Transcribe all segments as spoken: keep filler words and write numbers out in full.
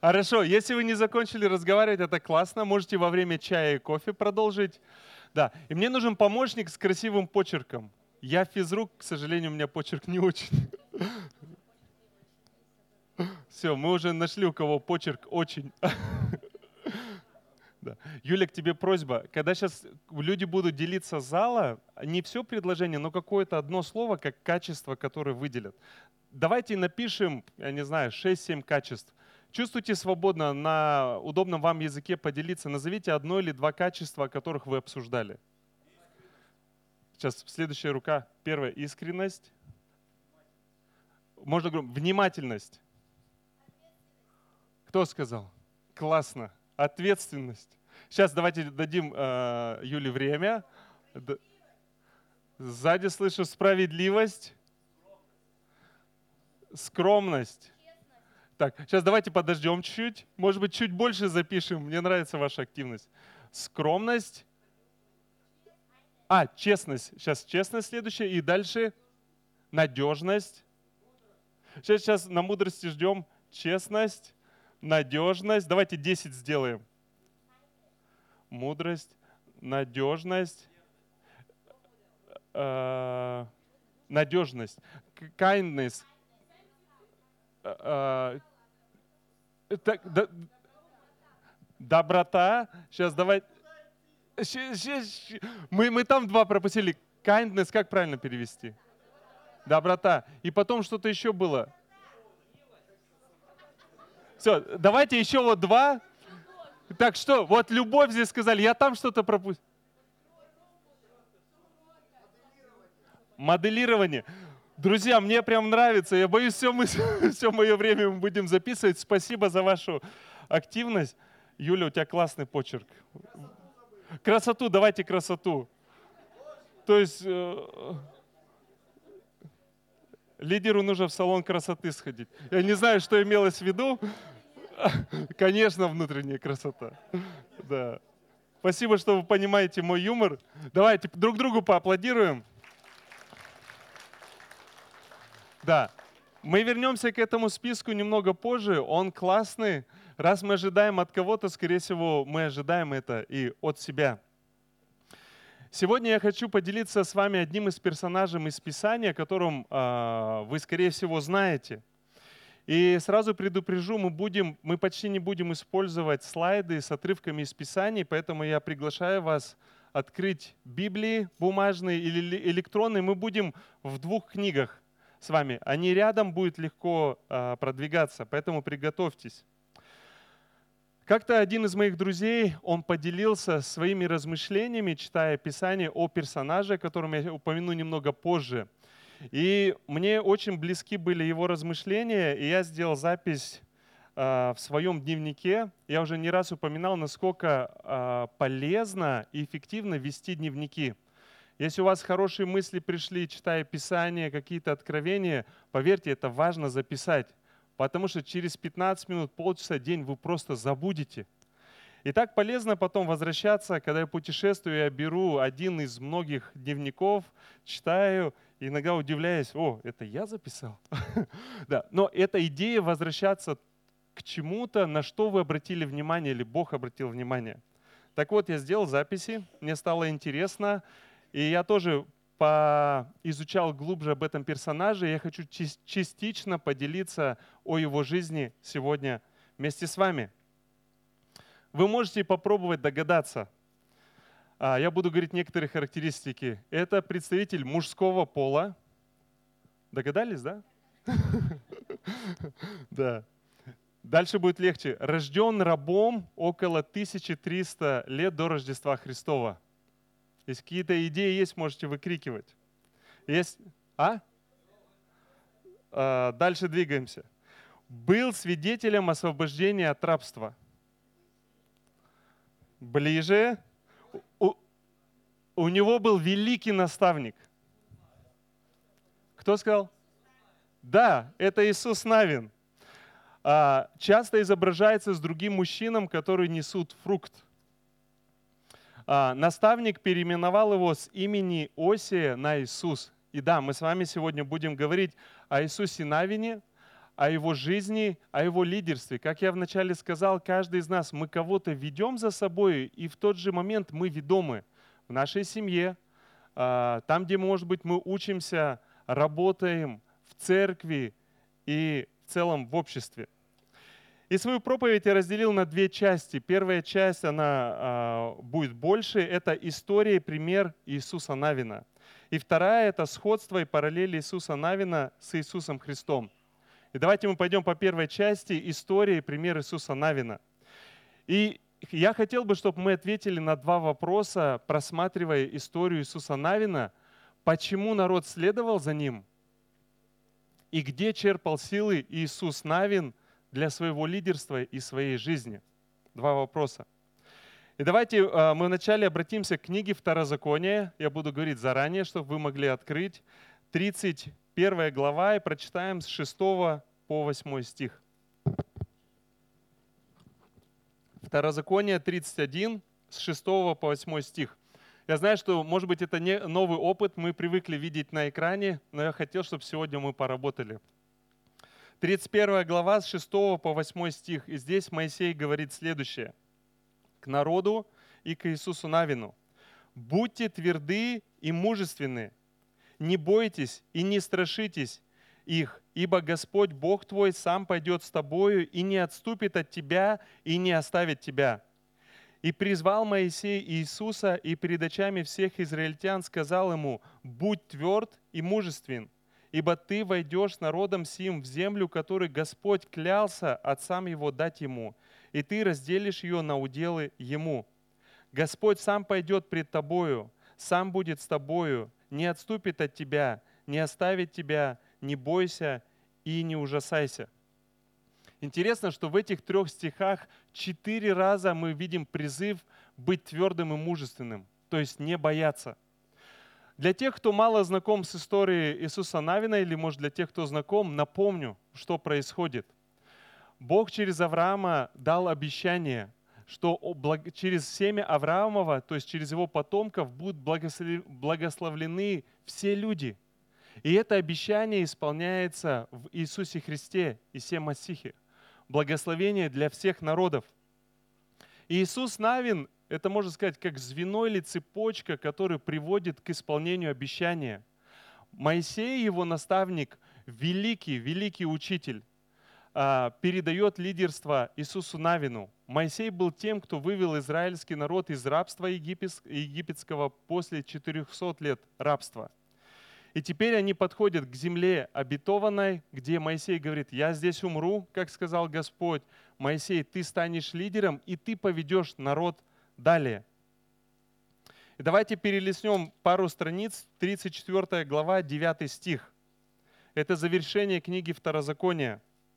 Хорошо, если вы не закончили разговаривать, это классно. Можете во время чая и кофе продолжить. Да, и мне нужен помощник с красивым почерком. Я физрук, к сожалению, у меня почерк не очень. Все, мы уже нашли, у кого почерк очень. Да. Юля, к тебе просьба. Когда сейчас люди будут делиться зала, не все предложение, но какое-то одно слово, как качество, которое выделят. Давайте напишем, я не знаю, шесть-семь качеств. Чувствуйте свободно на удобном вам языке поделиться. Назовите одно или два качества, о которых вы обсуждали. Сейчас следующая рука. Первая — искренность. Можно говорить, внимательность. Кто сказал? Классно. Ответственность. Сейчас давайте дадим э, Юле время. Д- Сзади слышу справедливость. Скромность. Так, сейчас давайте подождем чуть-чуть. Может быть, чуть больше запишем. Мне нравится ваша активность. Скромность. А, честность. Сейчас честность следующая. И дальше надежность. Сейчас, сейчас на мудрости ждем. Честность, надежность. Давайте десять сделаем. Мудрость, надежность, э, надежность, kindness. Э, э, так, да, доброта. Сейчас давай. Щ- щ- щ- Мы, мы там два пропустили. Kindness, как правильно перевести? Доброта. И потом что-то еще было. Все, давайте еще вот два. Так что, вот любовь здесь сказали, я там что-то пропустил. Моделирование. Друзья, мне прям нравится. Я боюсь, все, мы, все мое время мы будем записывать. Спасибо за вашу активность. Юля, у тебя классный почерк. Красоту, давайте красоту. То есть э, лидеру нужно в салон красоты сходить. Я не знаю, что имелось в виду. Конечно, внутренняя красота. Да. Спасибо, что вы понимаете мой юмор. Давайте друг другу поаплодируем. Да. Мы вернемся к этому списку немного позже. Он классный. Раз мы ожидаем от кого-то, скорее всего, мы ожидаем это и от себя. Сегодня я хочу поделиться с вами одним из персонажей из Писания, о котором э, вы, скорее всего, знаете. И сразу предупрежу, мы, будем, мы почти не будем использовать слайды с отрывками из Писаний, поэтому я приглашаю вас открыть Библии бумажные или электронные. Мы будем в двух книгах с вами. Они рядом, будет легко э, продвигаться, поэтому приготовьтесь. Как-то один из моих друзей, он поделился своими размышлениями, читая Писание, о персонаже, о котором я упомяну немного позже. И мне очень близки были его размышления, и я сделал запись э, в своем дневнике. Я уже не раз упоминал, насколько э, полезно и эффективно вести дневники. Если у вас хорошие мысли пришли, читая Писание, какие-то откровения, поверьте, это важно записать, потому что через пятнадцать минут, полчаса, день вы просто забудете. И так полезно потом возвращаться, когда я путешествую, я беру один из многих дневников, читаю, и иногда удивляюсь, о, это я записал? Да. Но эта идея возвращаться к чему-то, на что вы обратили внимание, или Бог обратил внимание. Так вот, я сделал записи, мне стало интересно, и я тоже изучал глубже об этом персонаже, и я хочу частично поделиться о его жизни сегодня вместе с вами. Вы можете попробовать догадаться. Я буду говорить некоторые характеристики. Это представитель мужского пола. Догадались, да? Да. Дальше будет легче. Рожден рабом около тысячи трёхсот лет до Рождества Христова. Если какие-то идеи есть, можете выкрикивать. Есть? А? А, дальше двигаемся. Был свидетелем освобождения от рабства. Ближе. У, у него был великий наставник. Кто сказал? Да, это Иисус Навин. А, часто изображается с другим мужчином, которые несут фрукт. А, наставник переименовал его с имени Осия на Иисус. И да, мы с вами сегодня будем говорить о Иисусе Навине, о его жизни, о его лидерстве. Как я вначале сказал, каждый из нас, мы кого-то ведем за собой, и в тот же момент мы ведомы в нашей семье, а, там, где, может быть, мы учимся, работаем, в церкви и в целом в обществе. И свою проповедь я разделил на две части. Первая часть, она а, будет больше, это история и пример Иисуса Навина. И вторая — это сходство и параллели Иисуса Навина с Иисусом Христом. И давайте мы пойдем по первой части, история и пример Иисуса Навина. И я хотел бы, чтобы мы ответили на два вопроса, просматривая историю Иисуса Навина. Почему народ следовал за ним? И где черпал силы Иисус Навин для своего лидерства и своей жизни? Два вопроса. И давайте э, мы вначале обратимся к книге Второзакония. Я буду говорить заранее, чтобы вы могли открыть. тридцать первая глава, и прочитаем с шестого по восьмой стих. Второзаконие тридцать один, с шестого по восьмой стих. Я знаю, что, может быть, это не новый опыт, мы привыкли видеть на экране, но я хотел, чтобы сегодня мы поработали. тридцать первая глава, с шестого по восьмой стих. И здесь Моисей говорит следующее. К народу и к Иисусу Навину. «Будьте тверды и мужественны, не бойтесь и не страшитесь их, ибо Господь Бог твой сам пойдет с тобою и не отступит от тебя и не оставит тебя». И призвал Моисей Иисуса, и перед очами всех израильтян сказал ему: «Будь тверд и мужествен, ибо ты войдешь с народом сим в землю, которую Господь клялся отцам его дать ему, и ты разделишь ее на уделы ему. Господь сам пойдет пред тобою, сам будет с тобою, не отступит от тебя, не оставит тебя, не бойся и не ужасайся». Интересно, что в этих трех стихах четыре раза мы видим призыв быть твердым и мужественным, то есть не бояться. Для тех, кто мало знаком с историей Иисуса Навина, или, может, для тех, кто знаком, напомню, что происходит. Бог через Авраама дал обещание, что через семя Авраамова, то есть через его потомков, будут благословлены все люди. И это обещание исполняется в Иисусе Христе, Исе Масихе. Благословение для всех народов. И Иисус Навин, это, можно сказать, как звено или цепочка, которая приводит к исполнению обещания. Моисей, его наставник, великий, великий учитель, передает лидерство Иисусу Навину. Моисей был тем, кто вывел израильский народ из рабства египетского после четырехсот лет рабства. И теперь они подходят к земле обетованной, где Моисей говорит: «Я здесь умру, как сказал Господь. Моисей, ты станешь лидером, и ты поведешь народ далее». И давайте перелистнем пару страниц, тридцать четвёртая глава, девятый стих. Это завершение книги Второзакония.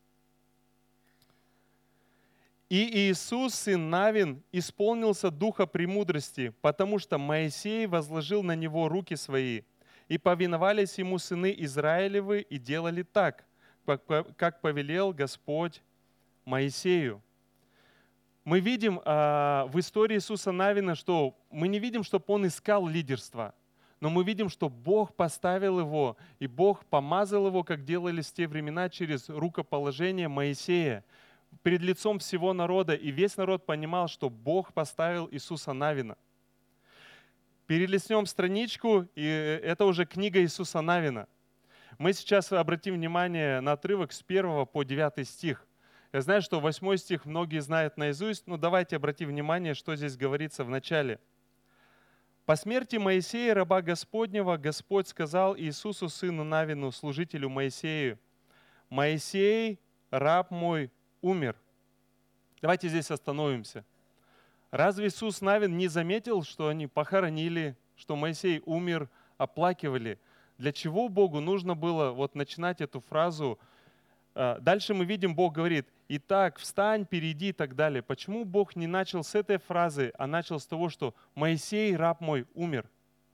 «И Иисус, сын Навин, исполнился духа премудрости, потому что Моисей возложил на него руки свои. И повиновались ему сыны Израилевы и делали так, как повелел Господь Моисею». Мы видим а, в истории Иисуса Навина, что мы не видим, чтобы он искал лидерство, но мы видим, что Бог поставил его, и Бог помазал его, как делали в те времена, через рукоположение Моисея перед лицом всего народа. И весь народ понимал, что Бог поставил Иисуса Навина. Перелистнем страничку, и это уже книга Иисуса Навина. Мы сейчас обратим внимание на отрывок с первого по девятый стих. Я знаю, что восьмой стих многие знают наизусть, но давайте обратим внимание, что здесь говорится в начале. «По смерти Моисея, раба Господнего, Господь сказал Иисусу, сыну Навину, служителю Моисею: Моисей, раб мой, умер». Давайте здесь остановимся. Разве Иисус Навин не заметил, что они похоронили, что Моисей умер, оплакивали? Для чего Богу нужно было вот начинать эту фразу? Дальше мы видим, Бог говорит: «Итак, встань, перейди» и так далее. Почему Бог не начал с этой фразы, а начал с того, что «Моисей, раб мой, умер»?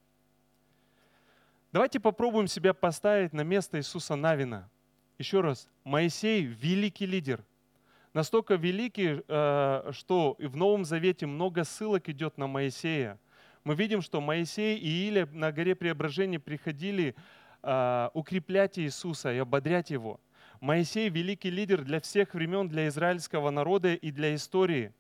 Давайте попробуем себя поставить на место Иисуса Навина. Еще раз, Моисей – великий лидер. Настолько великий, что в Новом Завете много ссылок идет на Моисея. Мы видим, что Моисей и Илия на горе Преображения приходили укреплять Иисуса и ободрять Его. Моисей — великий лидер для всех времен, для израильского народа и для истории.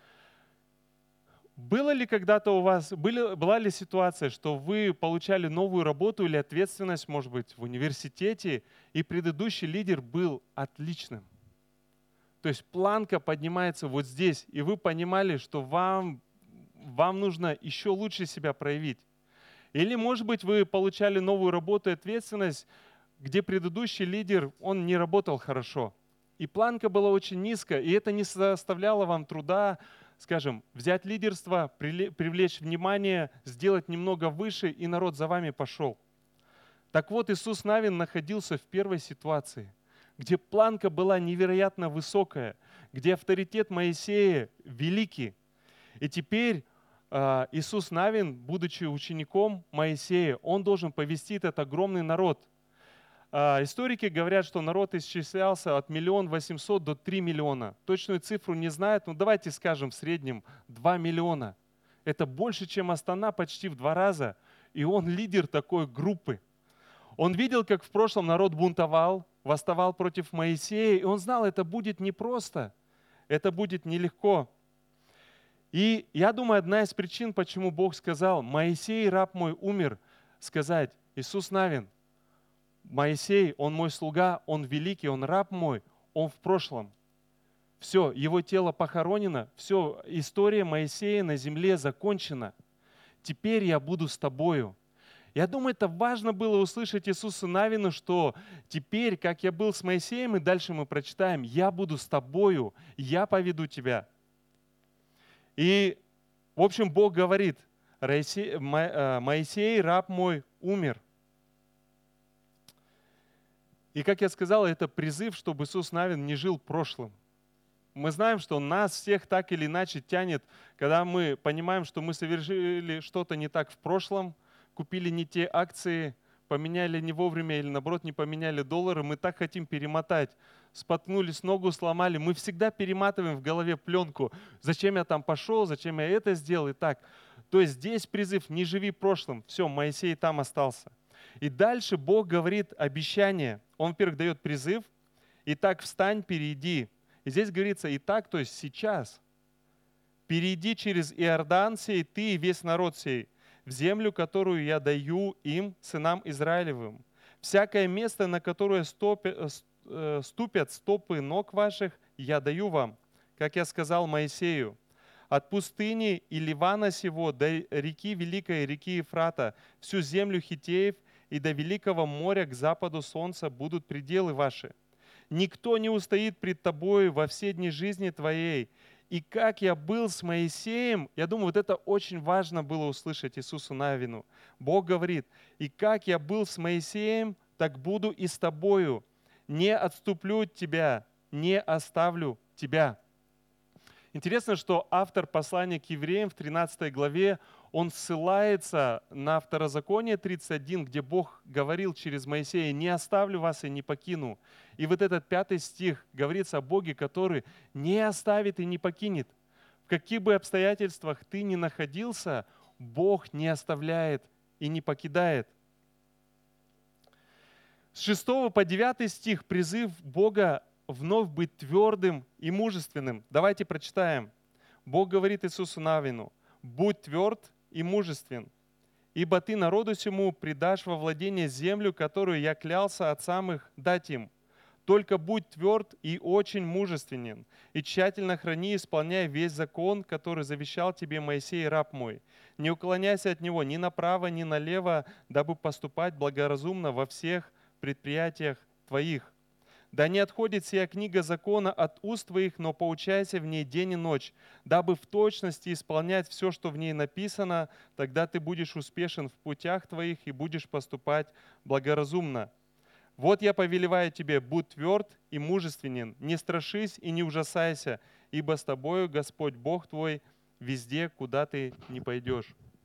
Было ли когда-то у вас, были, была ли ситуация, что вы получали новую работу или ответственность, может быть, в университете, и предыдущий лидер был отличным? То есть планка поднимается вот здесь, и вы понимали, что вам, вам нужно еще лучше себя проявить. Или, может быть, вы получали новую работу и ответственность, где предыдущий лидер, он не работал хорошо. И планка была очень низкая, и это не составляло вам труда, скажем, взять лидерство, привлечь внимание, сделать немного выше, и народ за вами пошел. Так вот, Иисус Навин находился в первой ситуации, где планка была невероятно высокая, где авторитет Моисея великий. И теперь э, Иисус Навин, будучи учеником Моисея, он должен повести этот огромный народ. Э, историки говорят, что народ исчислялся от миллиона восемьсот до трёх миллиона. Точную цифру не знают, но давайте скажем в среднем два миллиона. Это больше, чем Астана, почти в два раза. И он лидер такой группы. Он видел, как в прошлом народ бунтовал, восставал против Моисея, и он знал, это будет непросто, это будет нелегко. И я думаю, одна из причин, почему Бог сказал: «Моисей, раб мой, умер», сказать: Иисус Навин, Моисей, он мой слуга, он великий, он раб мой, он в прошлом. Все, его тело похоронено, все, история Моисея на земле закончена. Теперь я буду с тобою. Я думаю, это важно было услышать Иисусу Навину, что теперь, как я был с Моисеем, и дальше мы прочитаем: я буду с тобою, я поведу тебя. И, в общем, Бог говорит: Моисей, раб мой, умер. И, как я сказал, это призыв, чтобы Иисус Навин не жил прошлым. Мы знаем, что нас всех так или иначе тянет, когда мы понимаем, что мы совершили что-то не так в прошлом, купили не те акции, поменяли не вовремя или, наоборот, не поменяли доллары, мы так хотим перемотать. Споткнулись, ногу сломали. Мы всегда перематываем в голове пленку. Зачем я там пошел, зачем я это сделал и так. То есть здесь призыв: не живи прошлым. Все, Моисей там остался. И дальше Бог говорит обещание. Он, во-первых, дает призыв: «Итак, встань, перейди». И здесь говорится «итак», то есть сейчас. «Перейди через Иордан сей, ты и весь народ сей, в землю, которую я даю им, сынам Израилевым. Всякое место, на которое стопят, ступят стопы ног ваших, я даю вам, как я сказал Моисею. От пустыни и Ливана сего до реки Великой, реки Ефрата, всю землю хиттеев и до Великого моря к западу солнца будут пределы ваши. Никто не устоит пред тобой во все дни жизни твоей. И как я был с Моисеем», я думаю, вот это очень важно было услышать Иисусу Навину. Бог говорит: «И как я был с Моисеем, так буду и с тобою. Не отступлю от тебя, не оставлю тебя». Интересно, что автор послания к евреям в тринадцатой главе, он ссылается на Второзаконие тридцать один, где Бог говорил через Моисея: «Не оставлю вас и не покину». И вот этот пятый стих говорится о Боге, который не оставит и не покинет. В каких бы обстоятельствах ты ни находился, Бог не оставляет и не покидает. С шестого по девятый стих призыв Бога вновь быть твердым и мужественным. Давайте прочитаем. Бог говорит Иисусу Навину: «Будь тверд и мужествен, ибо ты народу сему предашь во владение землю, которую я клялся отцам их дать им. Только будь тверд и очень мужественен, и тщательно храни и исполняй весь закон, который завещал тебе Моисей, раб мой. Не уклоняйся от него ни направо, ни налево, дабы поступать благоразумно во всех предприятиях твоих. Да не отходит сия книга закона от уст твоих, но поучайся в ней день и ночь, дабы в точности исполнять все, что в ней написано, тогда ты будешь успешен в путях твоих и будешь поступать благоразумно. Вот я повелеваю тебе: будь тверд и мужественен, не страшись и не ужасайся, ибо с тобою Господь Бог твой везде, куда ты не пойдешь».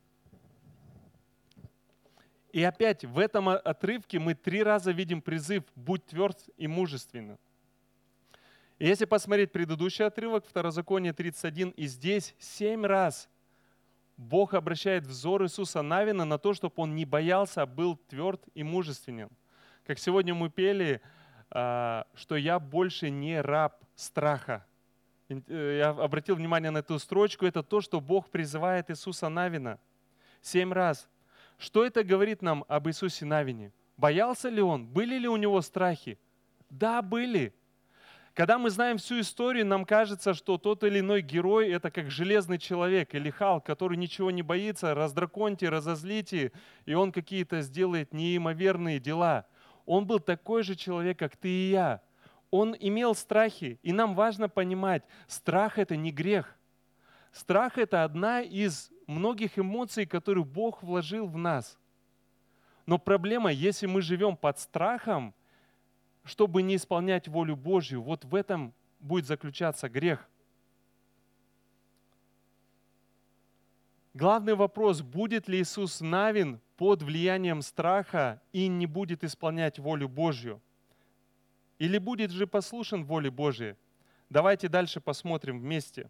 И опять в этом отрывке мы три раза видим призыв: «Будь тверд и мужественен». И если посмотреть предыдущий отрывок, Второзаконие тридцать один, и здесь семь раз Бог обращает взор Иисуса Навина на то, чтобы он не боялся, а был тверд и мужественен. Как сегодня мы пели, а, что я больше не раб страха. Я обратил внимание на эту строчку. Это то, что Бог призывает Иисуса Навина. Семь раз. Что это говорит нам об Иисусе Навине? Боялся ли он? Были ли у него страхи? Да, были. Когда мы знаем всю историю, нам кажется, что тот или иной герой — это как железный человек или Халк, который ничего не боится, раздраконьте, разозлите, и он какие-то сделает неимоверные дела. Он был такой же человек, как ты и я. Он имел страхи, и нам важно понимать, страх — это не грех. Страх — это одна из многих эмоций, которые Бог вложил в нас. Но проблема, если мы живем под страхом, чтобы не исполнять волю Божью, вот в этом будет заключаться грех. Главный вопрос, будет ли Иисус Навин под влиянием страха и не будет исполнять волю Божью? Или будет же послушен воле Божьей? Давайте дальше посмотрим вместе.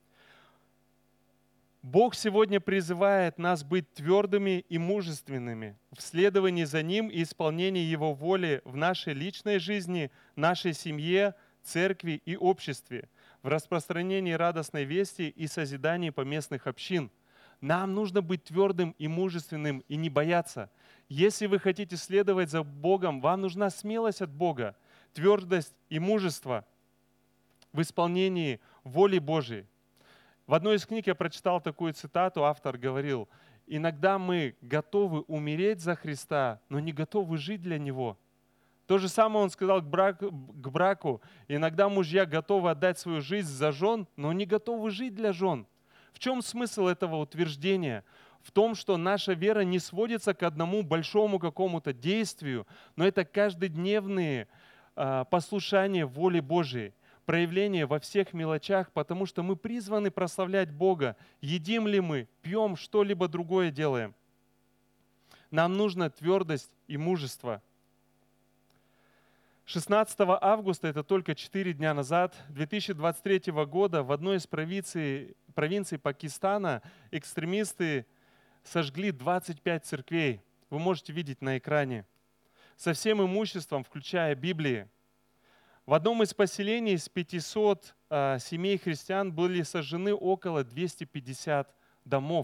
Бог сегодня призывает нас быть твердыми и мужественными в следовании за Ним и исполнении Его воли в нашей личной жизни, нашей семье, церкви и обществе, в распространении радостной вести и созидании поместных общин. Нам нужно быть твердым и мужественным и не бояться. Если вы хотите следовать за Богом, вам нужна смелость от Бога, твердость и мужество в исполнении воли Божией. В одной из книг я прочитал такую цитату, автор говорил: «Иногда мы готовы умереть за Христа, но не готовы жить для Него». То же самое он сказал к браку, к браку. Иногда мужья готовы отдать свою жизнь за жен, но не готовы жить для жен. В чем смысл этого утверждения? В том, что наша вера не сводится к одному большому какому-то действию, но это каждодневные э, послушания воле Божией. Проявление во всех мелочах, потому что мы призваны прославлять Бога. Едим ли мы, пьем, что-либо другое делаем. Нам нужна твердость и мужество. шестнадцатого августа, это только четыре дня назад, две тысячи двадцать третьего года, в одной из провинций, провинций Пакистана экстремисты сожгли двадцать пять церквей. Вы можете видеть на экране. Со всем имуществом, включая Библии. В одном из поселений из пятисот э, семей христиан были сожжены около двухсот пятидесяти домов.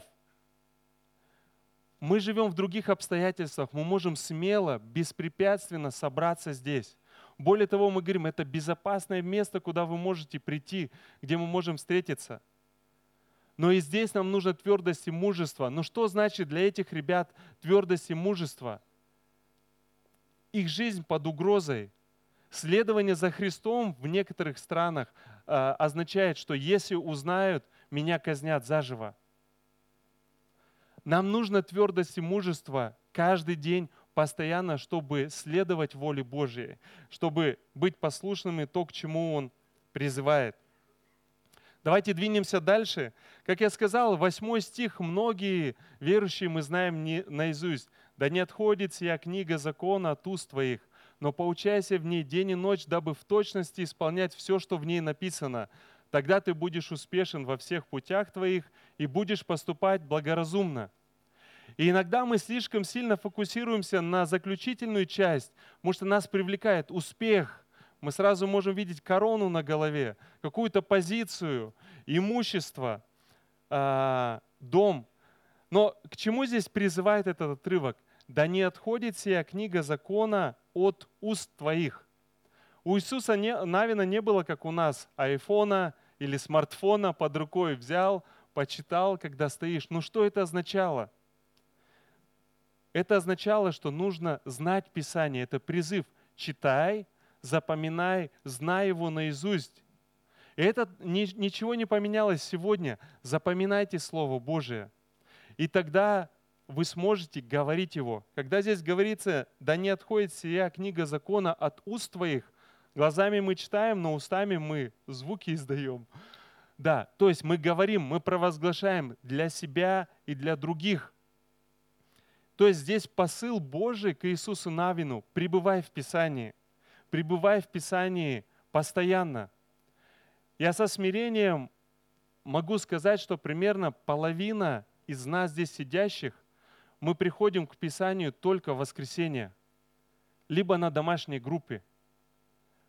Мы живем в других обстоятельствах, мы можем смело, беспрепятственно собраться здесь. Более того, мы говорим, это безопасное место, куда вы можете прийти, где мы можем встретиться. Но и здесь нам нужна твердость и мужество. Но что значит для этих ребят твердость и мужество? Их жизнь под угрозой. Следование за Христом в некоторых странах э, означает, что если узнают, меня казнят заживо. Нам нужна твердость и мужество каждый день, постоянно, чтобы следовать воле Божьей, чтобы быть послушными то, к чему Он призывает. Давайте двинемся дальше. Как я сказал, восьмой стих многие верующие мы знаем не наизусть. «Да не отходит сия книга закона от уст твоих, но поучайся в ней день и ночь, дабы в точности исполнять все, что в ней написано. Тогда ты будешь успешен во всех путях твоих и будешь поступать благоразумно». И иногда мы слишком сильно фокусируемся на заключительную часть, потому что нас привлекает успех. Мы сразу можем видеть корону на голове, какую-то позицию, имущество, дом. Но к чему здесь призывает этот отрывок? «Да не отходит сия книга закона от уст твоих». У Иисуса не, Навина не было, как у нас, айфона или смартфона под рукой взял, почитал, когда стоишь. Ну что это означало? Это означало, что нужно знать Писание. Это призыв. Читай, запоминай, знай его наизусть. И это ни, ничего не поменялось сегодня. Запоминайте Слово Божие. И тогда вы сможете говорить его. Когда здесь говорится, да не отходит сия книга закона от уст твоих, глазами мы читаем, но устами мы звуки издаем. Да, то есть мы говорим, мы провозглашаем для себя и для других. То есть здесь посыл Божий к Иисусу Навину: пребывай в Писании, пребывай в Писании постоянно. Я со смирением могу сказать, что примерно половина из нас здесь сидящих, мы приходим к Писанию только в воскресенье, либо на домашней группе.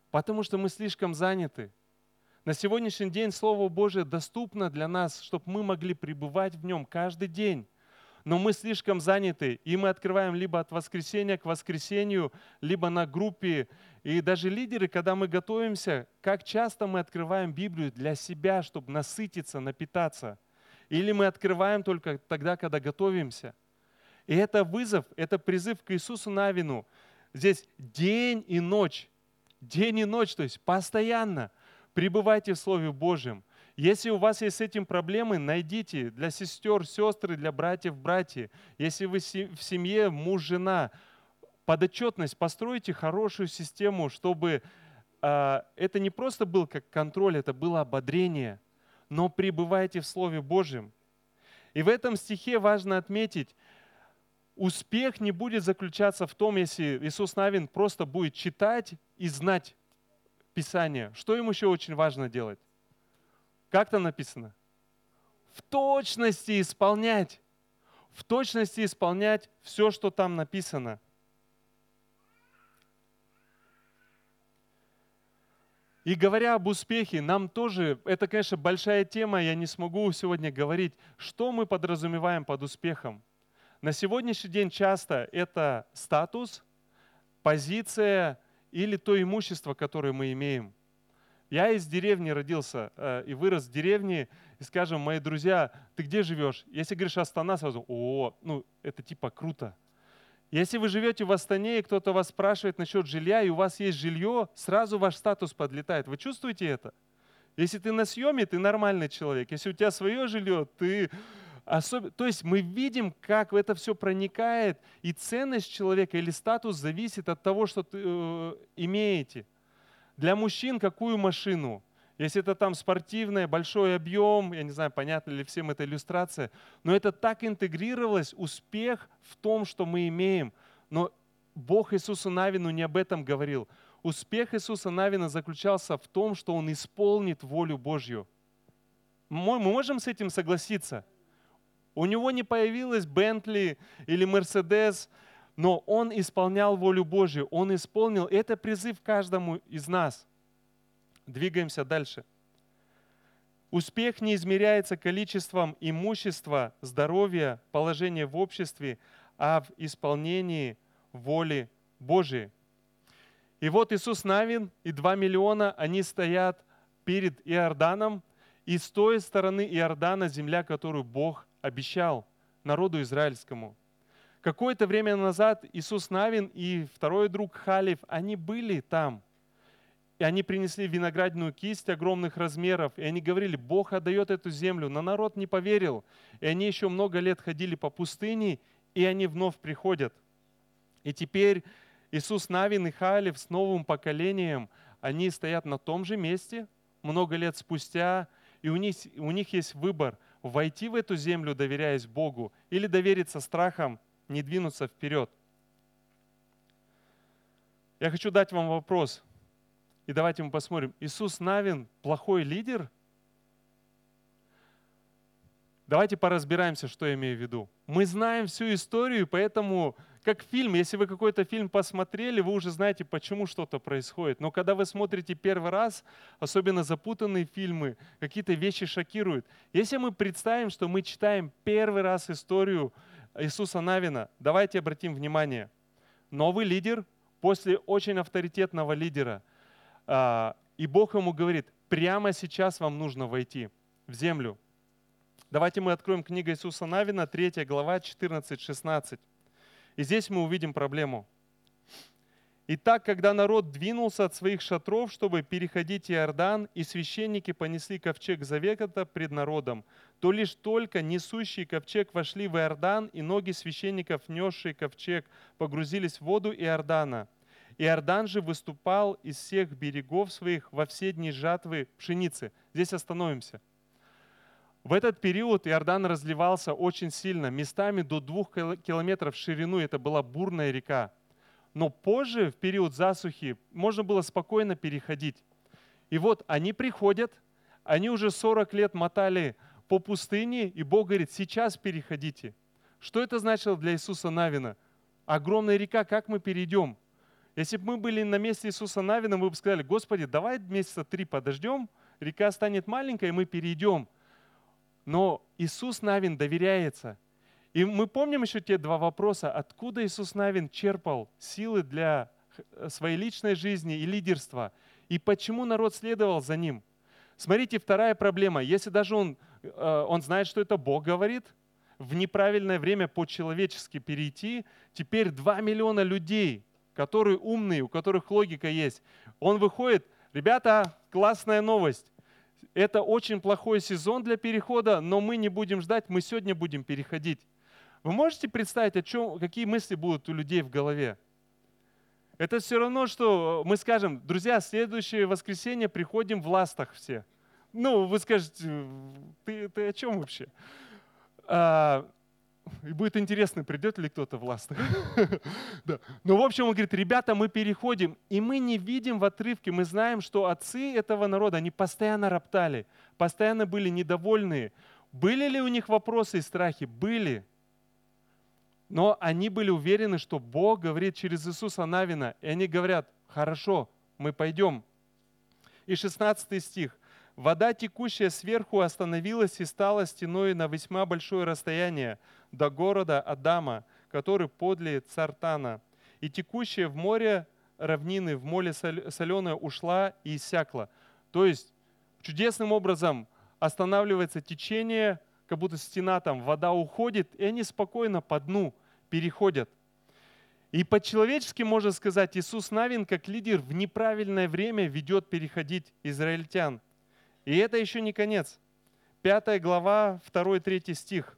Потому что мы слишком заняты. На сегодняшний день Слово Божие доступно для нас, чтобы мы могли пребывать в нем каждый день. Но мы слишком заняты, и мы открываем либо от воскресенья к воскресенью, либо на группе. И даже лидеры, когда мы готовимся, как часто мы открываем Библию для себя, чтобы насытиться, напитаться. Или мы открываем только тогда, когда готовимся. И это вызов, это призыв к Иисусу Навину. Здесь день и ночь. День и ночь, то есть постоянно пребывайте в Слове Божьем. Если у вас есть с этим проблемы, найдите для сестер, сестры, для братьев, братья. Если вы в семье, муж, жена, подотчетность, постройте хорошую систему, чтобы э, это не просто был как контроль, это было ободрение, но пребывайте в Слове Божьем. И в этом стихе важно отметить, успех не будет заключаться в том, если Иисус Навин просто будет читать и знать Писание. Что ему еще очень важно делать? Как там написано? В точности исполнять. В точности исполнять все, что там написано. И говоря об успехе, нам тоже, это, конечно, большая тема, я не смогу сегодня говорить, что мы подразумеваем под успехом. На сегодняшний день часто это статус, позиция или то имущество, которое мы имеем. Я из деревни родился э, и вырос в деревне, и, скажем, мои друзья, ты где живешь? Если говоришь Астана, сразу, о, ну это типа круто. Если вы живете в Астане, и кто-то вас спрашивает насчет жилья, и у вас есть жилье, сразу ваш статус подлетает. Вы чувствуете это? Если ты на съеме, ты нормальный человек. Если у тебя свое жилье, ты особенно... То есть мы видим, как это все проникает, и ценность человека или статус зависит от того, что ты э, имеете. Для мужчин какую машину? Если это там спортивная, большой объем, я не знаю, понятна ли всем эта иллюстрация, но это так интегрировалось, успех в том, что мы имеем. Но Бог Иисусу Навину не об этом говорил. Успех Иисуса Навина заключался в том, что Он исполнит волю Божью. Мы можем с этим согласиться? У него не появилась Бентли или Мерседес, но он исполнял волю Божью, он исполнил. Это призыв каждому из нас. Двигаемся дальше. Успех не измеряется количеством имущества, здоровья, положения в обществе, а в исполнении воли Божией. И вот Иисус Навин и два миллиона, они стоят перед Иорданом, и с той стороны Иордана земля, которую Бог обещал народу израильскому. Какое-то время назад Иисус Навин и второй друг Халев, они были там. И они принесли виноградную кисть огромных размеров. И они говорили, Бог отдает эту землю. Но народ не поверил. И они еще много лет ходили по пустыне, и они вновь приходят. И теперь Иисус Навин и Халев с новым поколением, они стоят на том же месте много лет спустя. И у них, у них есть выбор, войти в эту землю, доверяясь Богу, или довериться страхам, не двинуться вперед. Я хочу дать вам вопрос. И давайте мы посмотрим. Иисус Навин плохой лидер? Давайте поразбираемся, что я имею в виду. Мы знаем всю историю, поэтому, как фильм, если вы какой-то фильм посмотрели, вы уже знаете, почему что-то происходит. Но когда вы смотрите первый раз, особенно запутанные фильмы, какие-то вещи шокируют. Если мы представим, что мы читаем первый раз историю Иисуса Навина, давайте обратим внимание. Новый лидер после очень авторитетного лидера. И Бог ему говорит, прямо сейчас вам нужно войти в землю. Давайте мы откроем книгу Иисуса Навина, третья глава, четырнадцать-шестнадцать. И здесь мы увидим проблему. Итак, когда народ двинулся от своих шатров, чтобы переходить Иордан, и священники понесли ковчег завета пред народом, то лишь только несущие ковчег вошли в Иордан, и ноги священников, несшие ковчег, погрузились в воду Иордана. Иордан же выступал из всех берегов своих во все дни жатвы пшеницы. Здесь остановимся. В этот период Иордан разливался очень сильно, местами до двух километров в ширину, это была бурная река. Но позже, в период засухи, можно было спокойно переходить. И вот они приходят, они уже сорок лет мотали по пустыне, и Бог говорит, сейчас переходите. Что это значило для Иисуса Навина? Огромная река, как мы перейдем? Если бы мы были на месте Иисуса Навина, мы бы сказали: Господи, давай месяца три подождем, река станет маленькой, и мы перейдем. Но Иисус Навин доверяется. И мы помним еще те два вопроса. Откуда Иисус Навин черпал силы для своей личной жизни и лидерства? И почему народ следовал за ним? Смотрите, вторая проблема. Если даже он, он знает, что это Бог говорит, в неправильное время по-человечески перейти, теперь два миллиона людей, которые умные, у которых логика есть. Он выходит: ребята, классная новость. Это очень плохой сезон для перехода, но мы не будем ждать, мы сегодня будем переходить. Вы можете представить, о чем, какие мысли будут у людей в голове? Это все равно, что мы скажем: друзья, следующее воскресенье приходим в ластах все. Ну, вы скажете: ты, ты о чем вообще? А, и будет интересно, придет ли кто-то в ластах. Да. Но в общем он говорит: ребята, мы переходим, и мы не видим в отрывке, мы знаем, что отцы этого народа, они постоянно роптали, постоянно были недовольны. Были ли у них вопросы и страхи? Были. Но они были уверены, что Бог говорит через Иисуса Навина, и они говорят: хорошо, мы пойдем. И шестнадцатый стих. Вода, текущая сверху, остановилась и стала стеной на весьма большое расстояние до города Адама, который подле Цартана. И текущая в море равнины, в море соленое ушла и иссякла. То есть чудесным образом останавливается течение, как будто стена там, вода уходит, и они спокойно по дну переходят. И по-человечески можно сказать, Иисус Навин как лидер в неправильное время ведет переходить израильтян. И это еще не конец. Пятая глава, второй-третий стих.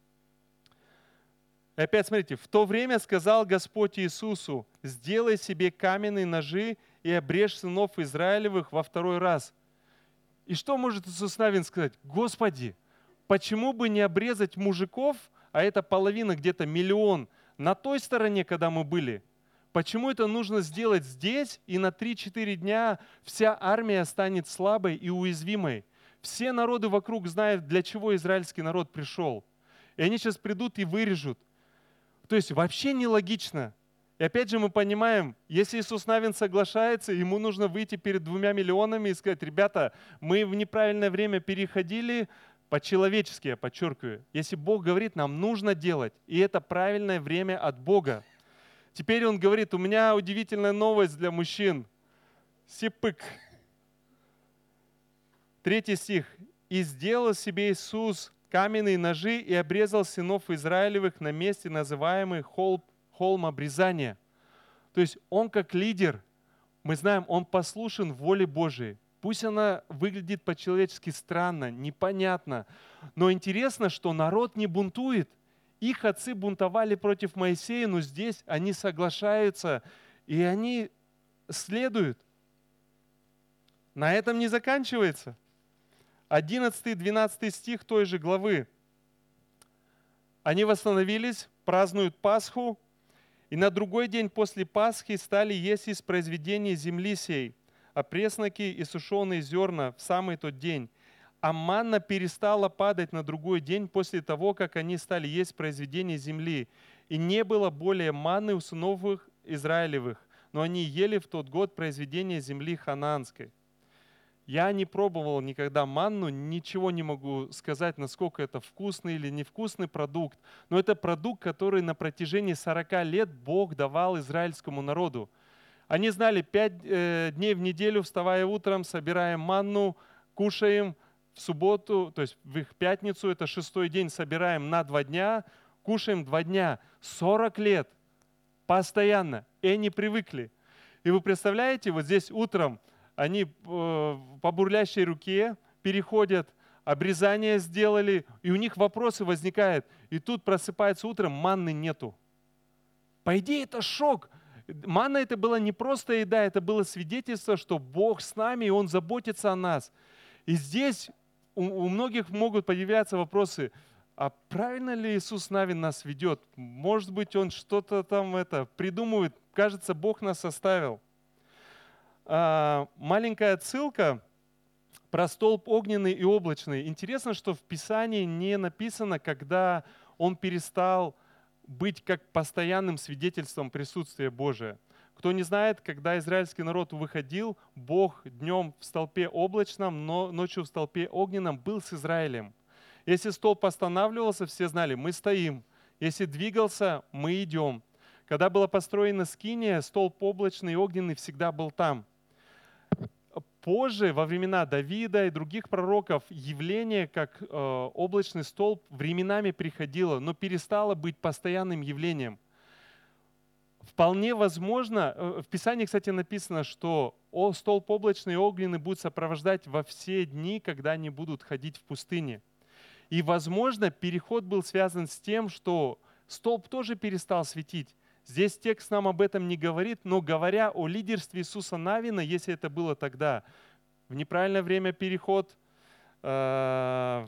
И опять смотрите. «В то время сказал Господь Иисусу: сделай себе каменные ножи и обрежь сынов Израилевых во второй раз». И что может Иисус Навин сказать? Господи, почему бы не обрезать мужиков, а это половина, где-то миллион, на той стороне, когда мы были? Почему это нужно сделать здесь, и на три-четыре дня вся армия станет слабой и уязвимой? Все народы вокруг знают, для чего израильский народ пришел. И они сейчас придут и вырежут. То есть вообще нелогично. И опять же мы понимаем, если Иисус Навин соглашается, ему нужно выйти перед двумя миллионами и сказать: ребята, мы в неправильное время переходили, по-человечески, я подчеркиваю. Если Бог говорит, нам нужно делать, и это правильное время от Бога. Теперь он говорит: у меня удивительная новость для мужчин. Сипык. Третий стих. «И сделал себе Иисус каменные ножи и обрезал сынов Израилевых на месте, называемый холм, холм обрезания». То есть он как лидер, мы знаем, он послушен воле Божией. Пусть она выглядит по-человечески странно, непонятно, но интересно, что народ не бунтует. Их отцы бунтовали против Моисея, но здесь они соглашаются, и они следуют. На этом не заканчивается. одиннадцатый-двенадцатый стих той же главы. Они восстановились, празднуют Пасху, и на другой день после Пасхи стали есть из произведений земли сей, опресноки и сушеные зерна в самый тот день. А манна перестала падать на другой день после того, как они стали есть произведения земли. И не было более манны у сынов Израилевых, но они ели в тот год произведения земли ханаанской. Я не пробовал никогда манну, ничего не могу сказать, насколько это вкусный или невкусный продукт. Но это продукт, который на протяжении сорока лет Бог давал израильскому народу. Они знали, пять э, дней в неделю, вставая утром, собираем манну, кушаем. В субботу, то есть в их пятницу, это шестой день, собираем на два дня, кушаем два дня. сорок лет постоянно. И они привыкли. И вы представляете, вот здесь утром они по бурлящей руке переходят, обрезание сделали, и у них вопросы возникают. И тут просыпается утром, манны нету. По идее, это шок. Манна это была не просто еда, это было свидетельство, что Бог с нами, и Он заботится о нас. И здесь у, у многих могут появляться вопросы: а правильно ли Иисус Навин нас ведет? Может быть, Он что-то там это придумывает. Кажется, Бог нас оставил. А, маленькая отсылка про столб огненный и облачный. Интересно, что в Писании не написано, когда он перестал быть как постоянным свидетельством присутствия Божия. Кто не знает, когда израильский народ выходил, Бог днем в столпе облачном, но ночью в столпе огненном был с Израилем. Если столб останавливался, все знали, мы стоим. Если двигался, мы идем. Когда была построена скиния, столб облачный и огненный всегда был там. Позже, во времена Давида и других пророков, явление, как э, облачный столб, временами приходило, но перестало быть постоянным явлением. Вполне возможно, э, в Писании, кстати, написано, что о, столб облачный и огненный будет сопровождать во все дни, когда они будут ходить в пустыне. И, возможно, переход был связан с тем, что столб тоже перестал светить. Здесь текст нам об этом не говорит, но говоря о лидерстве Иисуса Навина, если это было тогда, в неправильное время переход, э,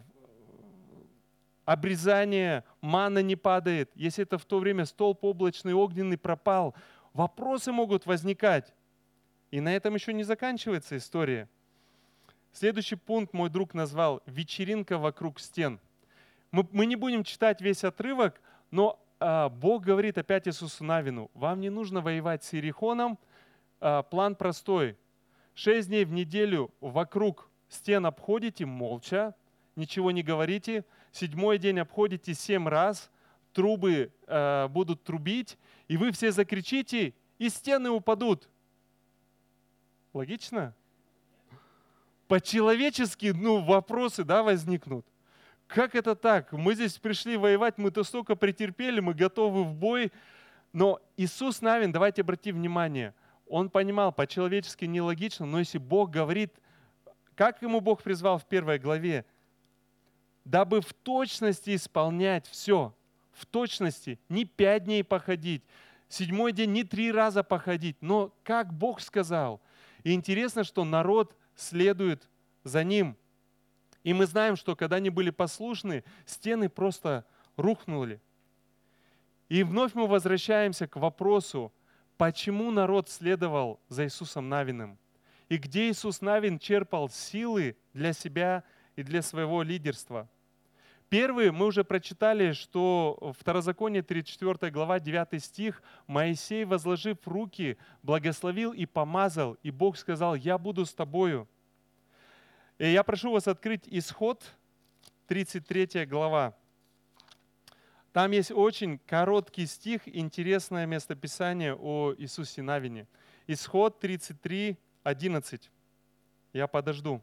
обрезание, манна не падает, если это в то время столб облачный, огненный пропал, вопросы могут возникать. И на этом еще не заканчивается история. Следующий пункт мой друг назвал «Вечеринка вокруг стен». Мы, мы не будем читать весь отрывок, но а, Бог говорит опять Иисусу Навину: вам не нужно воевать с Иерихоном, а, план простой. Шесть дней в неделю вокруг стен обходите молча, ничего не говорите. Седьмой день обходите семь раз, трубы а, будут трубить, и вы все закричите, и стены упадут. Логично? По-человечески, ну, вопросы, да, возникнут. Как это так? Мы здесь пришли воевать, мы-то столько претерпели, мы готовы в бой. Но Иисус Навин, давайте обратим внимание, он понимал, по-человечески нелогично, но если Бог говорит, как ему Бог призвал в первой главе, дабы в точности исполнять все, в точности, не пять дней походить, седьмой день не три раза походить, но как Бог сказал. И интересно, что народ следует за ним. И мы знаем, что когда они были послушны, стены просто рухнули. И вновь мы возвращаемся к вопросу, почему народ следовал за Иисусом Навиным? И где Иисус Навин черпал силы для себя и для своего лидерства? Первый, мы уже прочитали, что в Второзаконие тридцать четвёртая глава, девятый стих, Моисей, возложив руки, благословил и помазал, и Бог сказал: «Я буду с тобою». И я прошу вас открыть Исход, тридцать третья глава. Там есть очень короткий стих, интересное местописание о Иисусе Навине. Исход тридцать три, одиннадцать. Я подожду.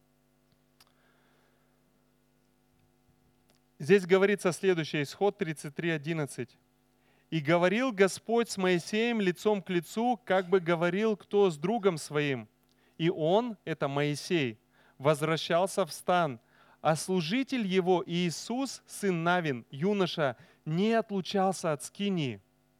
Здесь говорится следующее, Исход тридцать три, одиннадцать. «И говорил Господь с Моисеем лицом к лицу, как бы говорил кто с другом своим. И он, это Моисей, возвращался в стан, а служитель его Иисус, сын Навин, юноша, не отлучался от скинии».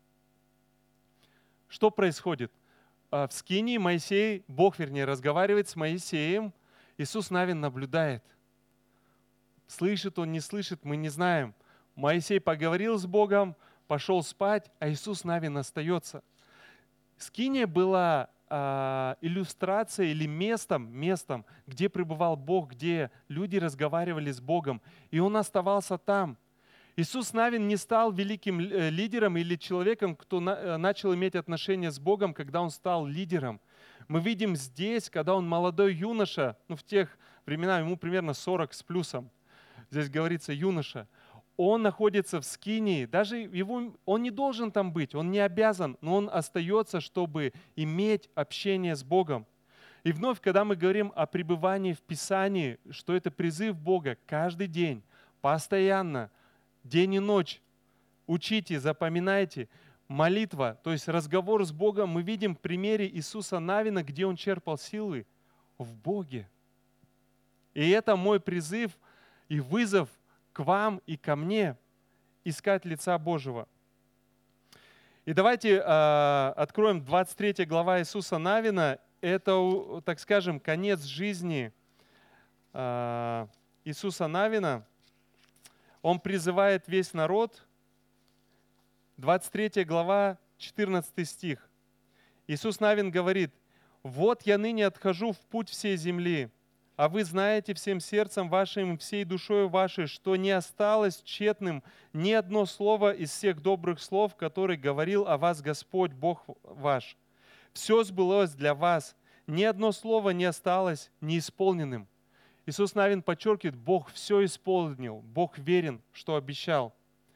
Что происходит? В скинии Моисей, Бог, вернее, разговаривает с Моисеем, Иисус Навин наблюдает. Слышит он, не слышит, мы не знаем. Моисей поговорил с Богом, пошел спать, а Иисус Навин остается. Скиния была э, иллюстрацией или местом, местом, где пребывал Бог, где люди разговаривали с Богом, и он оставался там. Иисус Навин не стал великим лидером или человеком, кто на, начал иметь отношения с Богом, когда он стал лидером. Мы видим здесь, когда он молодой юноша, ну в тех временах ему примерно сорок с плюсом, здесь говорится юноша, он находится в скинии, даже его, он не должен там быть, он не обязан, но он остается, чтобы иметь общение с Богом. И вновь, когда мы говорим о пребывании в Писании, что это призыв Бога каждый день, постоянно, день и ночь, учите, запоминайте, молитва, то есть разговор с Богом, мы видим в примере Иисуса Навина, где он черпал силы в Боге. И это мой призыв и вызов к вам и ко мне искать лица Божьего. И давайте э, откроем двадцать третья глава Иисуса Навина. Это, так скажем, конец жизни э, Иисуса Навина. Он призывает весь народ. двадцать третья глава, четырнадцатый стих. Иисус Навин говорит: «Вот я ныне отхожу в путь всей земли, а вы знаете всем сердцем вашим, всей душою вашей, что не осталось тщетным ни одно слово из всех добрых слов, которые говорил о вас Господь Бог ваш. Все сбылось для вас. Ни одно слово не осталось неисполненным. Иисус Навин подчеркивает, Бог все исполнил, Бог верен, что обещал.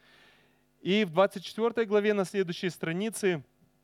И в двадцать четвёртой главе на следующей странице,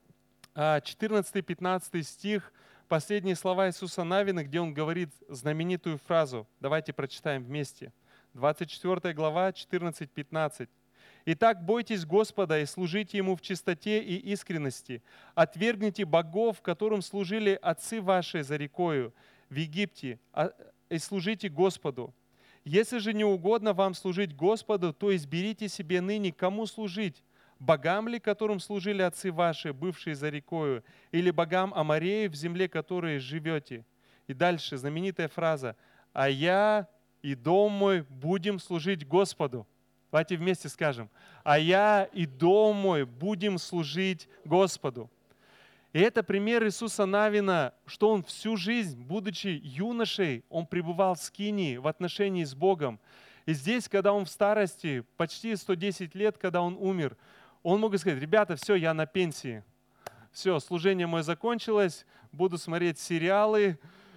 четырнадцатый-пятнадцатый стих, последние слова Иисуса Навина, где Он говорит знаменитую фразу. Давайте прочитаем вместе. двадцать четвёртая глава, четырнадцать-пятнадцать. «Итак, бойтесь Господа и служите Ему в чистоте и искренности. Отвергните богов, которым служили отцы ваши за рекою в Египте, и служите Господу. Если же не угодно вам служить Господу, то изберите себе ныне, кому служить, богам ли, которым служили отцы ваши, бывшие за рекою, или богам Амореев, в земле которой живете». И дальше знаменитая фраза: «А я и дом мой будем служить Господу». Давайте вместе скажем: «А я и дом мой будем служить Господу». И это пример Иисуса Навина, что он всю жизнь, будучи юношей, он пребывал в скинии, в отношении с Богом. И здесь, когда он в старости, почти сто десять лет, когда он умер, он мог сказать: ребята, все, я на пенсии. Все, служение мое закончилось, буду смотреть сериалы,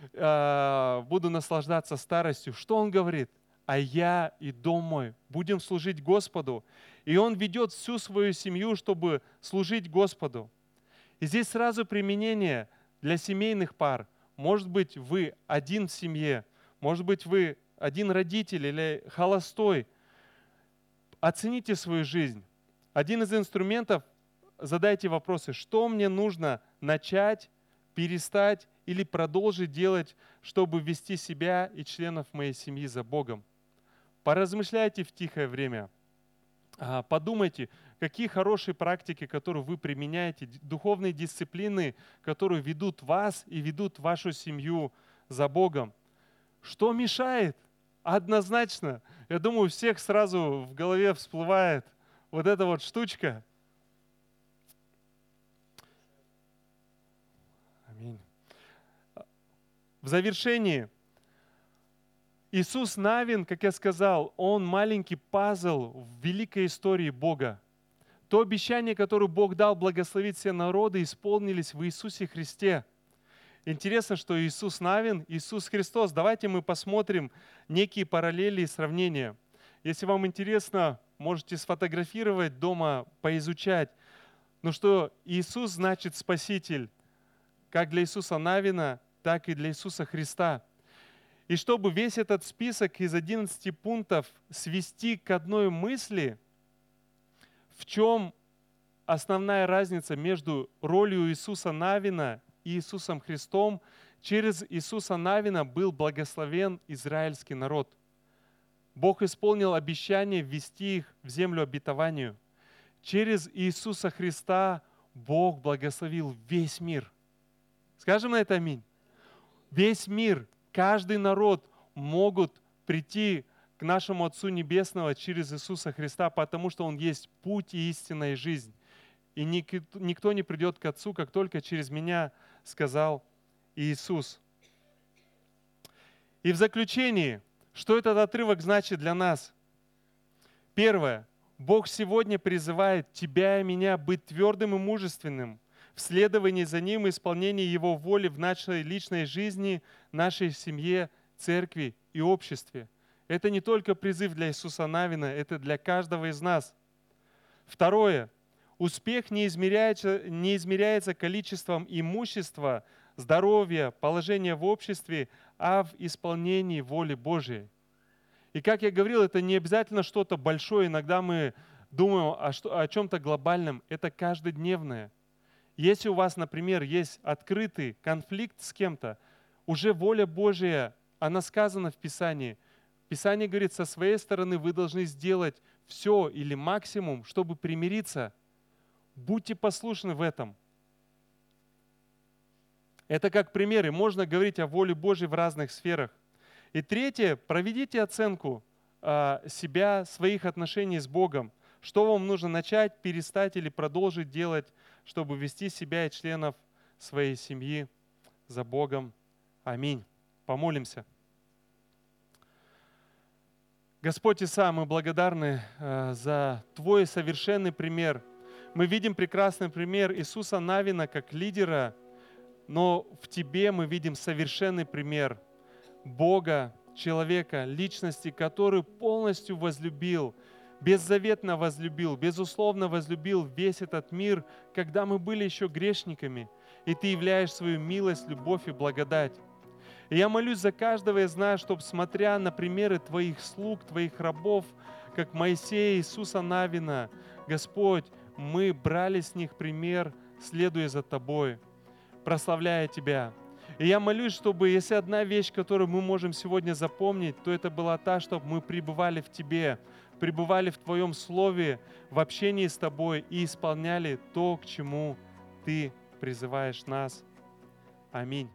буду наслаждаться старостью. Что он говорит? «А я и дом мой будем служить Господу». И он ведет всю свою семью, чтобы служить Господу. И здесь сразу применение для семейных пар. Может быть, вы один в семье, может быть, вы один родитель или холостой. Оцените свою жизнь. Один из инструментов — задайте вопросы: что мне нужно начать, перестать или продолжить делать, чтобы вести себя и членов моей семьи за Богом. Поразмышляйте в тихое время. Подумайте, какие хорошие практики, которые вы применяете, духовные дисциплины, которые ведут вас и ведут вашу семью за Богом. Что мешает? Однозначно. Я думаю, у всех сразу в голове всплывает вот эта вот штучка. Аминь. В завершении, Иисус Навин, как я сказал, он маленький пазл в великой истории Бога. То обещание, которое Бог дал благословить все народы, исполнились в Иисусе Христе. Интересно, что Иисус Навин, Иисус Христос. Давайте мы посмотрим некие параллели и сравнения. Если вам интересно, можете сфотографировать дома, поизучать. Но что Иисус значит Спаситель, как для Иисуса Навина, так и для Иисуса Христа. И чтобы весь этот список из одиннадцати пунктов свести к одной мысли, в чем основная разница между ролью Иисуса Навина и Иисусом Христом? Через Иисуса Навина был благословен израильский народ. Бог исполнил обещание ввести их в землю обетованию. Через Иисуса Христа Бог благословил весь мир. Скажем на это аминь. Весь мир, каждый народ могут прийти к нашему Отцу Небесного через Иисуса Христа, потому что Он есть путь и истина и жизнь. И никто не придет к Отцу, как только через меня, сказал Иисус. И в заключении, что этот отрывок значит для нас? Первое. Бог сегодня призывает тебя и меня быть твердым и мужественным в следовании за Ним и исполнении Его воли в нашей личной жизни, нашей семье, церкви и обществе. Это не только призыв для Иисуса Навина, это для каждого из нас. Второе. Успех не измеряется, не измеряется количеством имущества, здоровья, положения в обществе, а в исполнении воли Божией. И как я говорил, это не обязательно что-то большое. Иногда мы думаем о, что, о чем-то глобальном. Это каждодневное. Если у вас, например, есть открытый конфликт с кем-то, уже воля Божия, она сказана в Писании. Писание говорит, со своей стороны вы должны сделать все или максимум, чтобы примириться. Будьте послушны в этом. Это как примеры. Можно говорить о воле Божьей в разных сферах. И третье, проведите оценку а, себя, своих отношений с Богом. Что вам нужно начать, перестать или продолжить делать, чтобы вести себя и членов своей семьи за Богом. Аминь. Помолимся. Господь Иса, мы благодарны а, за Твой совершенный пример. Мы видим прекрасный пример Иисуса Навина как лидера, но в Тебе мы видим совершенный пример Бога, человека, личности, который полностью возлюбил, беззаветно возлюбил, безусловно возлюбил весь этот мир, когда мы были еще грешниками, и Ты являешь свою милость, любовь и благодать. И я молюсь за каждого из нас, чтобы, смотря на примеры Твоих слуг, Твоих рабов, как Моисея, Иисуса Навина, Господь, мы брали с них пример, следуя за Тобой, прославляя Тебя. И я молюсь, чтобы, если одна вещь, которую мы можем сегодня запомнить, то это была та, чтобы мы пребывали в Тебе, пребывали в Твоем Слове, в общении с Тобой и исполняли то, к чему Ты призываешь нас. Аминь.